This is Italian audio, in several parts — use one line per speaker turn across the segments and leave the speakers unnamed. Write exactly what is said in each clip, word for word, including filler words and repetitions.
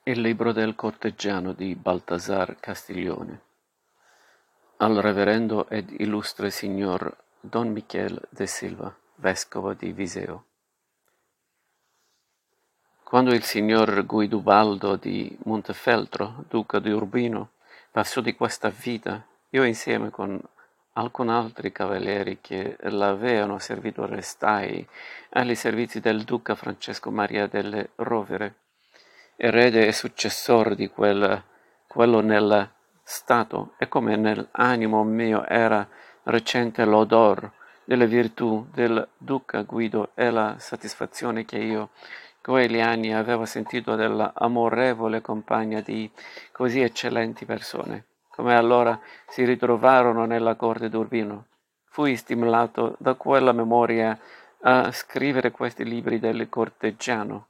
Il libro del corteggiano di Baltasar Castiglione al reverendo ed illustre signor Don Michel de Silva, vescovo di Viseo. Quando il signor Guidobaldo di Montefeltro, duca di Urbino, passò di questa vita, io insieme con alcuni altri cavalieri che l'avevano servito restai agli servizi del duca Francesco Maria delle Rovere, erede e successore di quel, quello nel stato, e come nell'animo mio era recente l'odor delle virtù del duca Guido e la satisfazione che io quegli anni avevo sentito della amorevole compagna di così eccellenti persone, come allora si ritrovarono nella corte d'Urbino, fui stimolato da quella memoria a scrivere questi libri del corteggiano,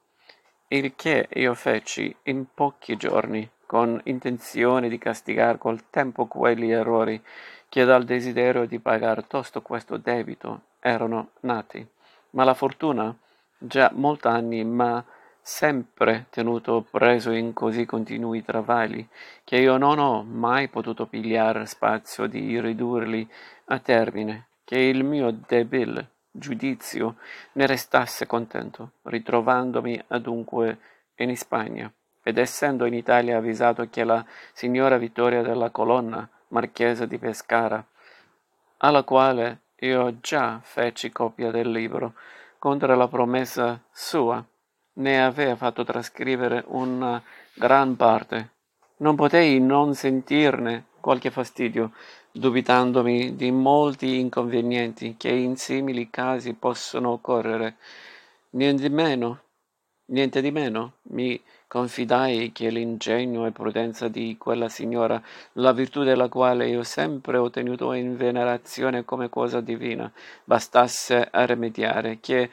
il che io feci in pochi giorni, con intenzione di castigar col tempo quegli errori che dal desiderio di pagar tosto questo debito erano nati. Ma la fortuna, già molt'anni m'ha sempre tenuto preso in così continui travagli, che io non ho mai potuto pigliar spazio di ridurli a termine, che il mio debil giudizio ne restasse contento, ritrovandomi adunque in Ispagna, ed essendo in Italia avvisato che la signora Vittoria della Colonna, marchesa di Pescara, alla quale io già feci copia del libro, contro la promessa sua, ne aveva fatto trascrivere una gran parte. Non potei non sentirne qualche fastidio, dubitandomi di molti inconvenienti che in simili casi possono occorrere. Niente di meno, niente di meno, mi confidai che l'ingegno e prudenza di quella signora, la virtù della quale io sempre ho tenuto in venerazione come cosa divina, bastasse a rimediare, che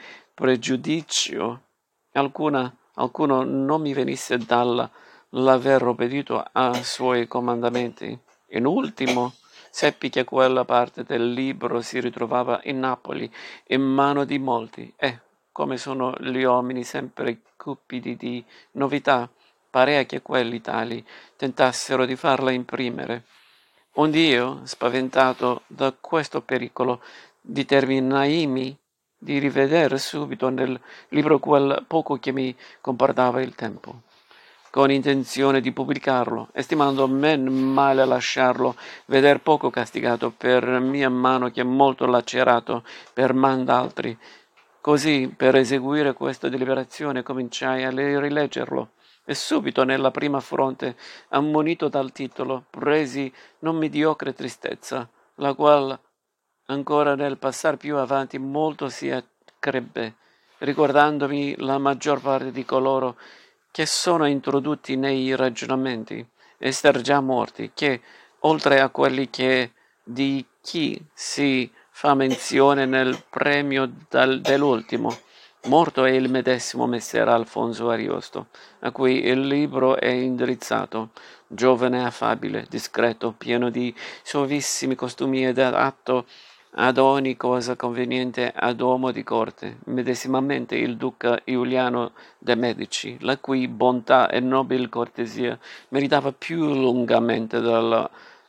pregiudizio alcuna, alcuno non mi venisse dalla l'aver obbedito ai suoi comandamenti. In ultimo, seppi che quella parte del libro si ritrovava in Napoli, in mano di molti, e, come sono gli uomini sempre cupidi di novità, parea che quelli tali tentassero di farla imprimere. Onde io, spaventato da questo pericolo, determinaimi di rivedere subito nel libro quel poco che mi comportava il tempo, con intenzione di pubblicarlo, estimando men male lasciarlo veder poco castigato per mia mano che molto lacerato per man d'altri. Così, per eseguire questa deliberazione, cominciai a rileggerlo, e subito nella prima fronte, ammonito dal titolo, presi non mediocre tristezza, la qual ancora nel passar più avanti molto si accrebbe, ricordandomi la maggior parte di coloro che sono introdotti nei ragionamenti, esser già morti, che, oltre a quelli che di chi si fa menzione nel premio dal, dell'ultimo, morto è il medesimo messer Alfonso Ariosto, a cui il libro è indirizzato, giovane affabile, discreto, pieno di suavissimi costumi ed adatto ad ogni cosa conveniente ad uomo di corte, medesimamente il duca Giuliano de' Medici, la cui bontà e nobil cortesia meritava più lungamente dal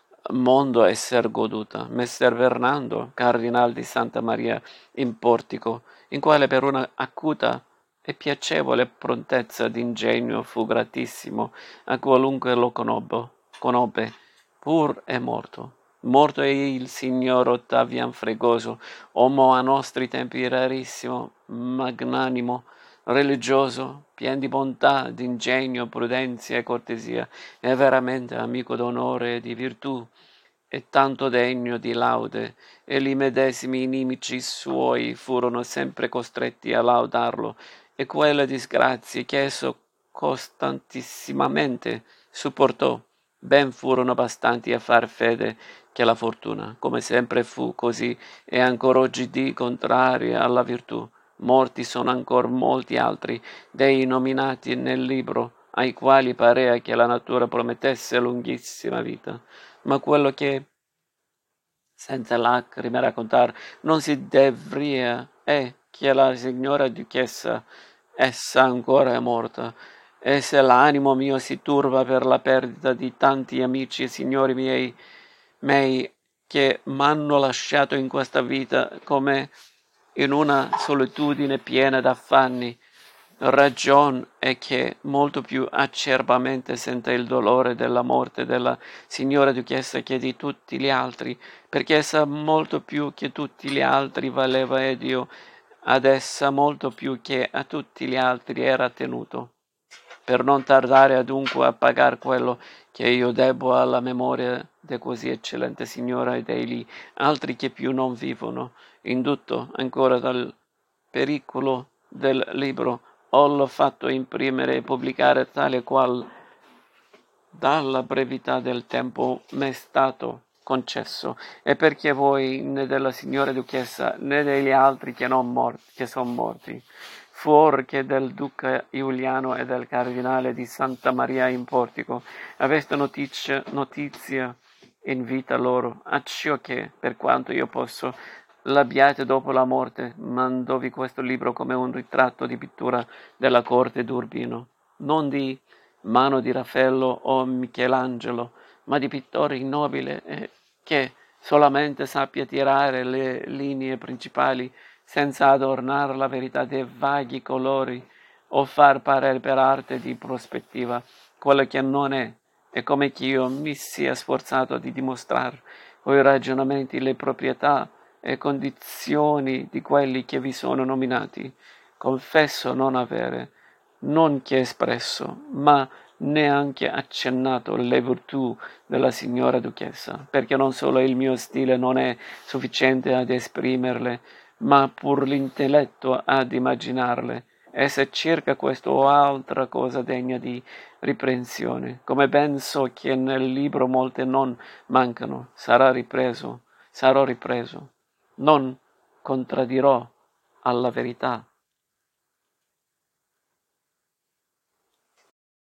mondo esser goduta. Messer Fernando, cardinal di Santa Maria in Portico, in quale per una acuta e piacevole prontezza d'ingegno fu gratissimo a qualunque lo conobbo, conobbe, pur è morto. Morto è il signor Ottavian Fregoso, uomo a nostri tempi rarissimo, magnanimo, religioso, pien di bontà, d'ingegno, prudenzia e cortesia, e veramente amico d'onore e di virtù, e tanto degno di laude, e li medesimi inimici suoi furono sempre costretti a laudarlo, e quelle disgrazie che esso costantissimamente supportò, ben furono bastanti a far fede che la fortuna, come sempre fu così, e ancor oggi di contraria alla virtù. Morti sono ancor molti altri dei nominati nel libro, ai quali parea che la natura promettesse lunghissima vita, ma quello che senza lacrime raccontar non si devria è che la signora duchessa, essa ancora è morta, E se l'animo mio si turba per la perdita di tanti amici e signori miei, miei che m'hanno lasciato in questa vita come in una solitudine piena d'affanni, ragion è che molto più acerbamente sente il dolore della morte della signora duchessa che di tutti gli altri, perché essa molto più che tutti gli altri valeva ed io ad essa molto più che a tutti gli altri era tenuto. Per non tardare adunque a pagar quello che io debbo alla memoria de così eccellente signora e degli altri che più non vivono, indotto ancora dal pericolo del libro, ho fatto imprimere e pubblicare tale qual dalla brevità del tempo m'è stato concesso, e perché voi né della signora duchessa né degli altri che, non morti, che son morti, fuor che del duca Giuliano e del cardinale di Santa Maria in Portico, aveste notizia, notizia in vita loro, acciò che, per quanto io posso, l'abbiate dopo la morte, mandovi questo libro come un ritratto di pittura della corte d'Urbino, non di mano di Raffaello o Michelangelo, ma di pittore nobile eh, che solamente sappia tirare le linee principali senza adornare la verità dei vaghi colori o far parere per arte di prospettiva quello che non è, e come che io mi sia sforzato di dimostrare coi ragionamenti le proprietà e condizioni di quelli che vi sono nominati, confesso non avere, non che espresso, ma neanche accennato le virtù della signora duchessa, perché non solo il mio stile non è sufficiente ad esprimerle, ma pur l'intelletto ad immaginarle, e se circa questo o altra cosa degna di riprensione, come ben so che nel libro molte non mancano, sarà ripreso, sarò ripreso, non contraddirò alla verità,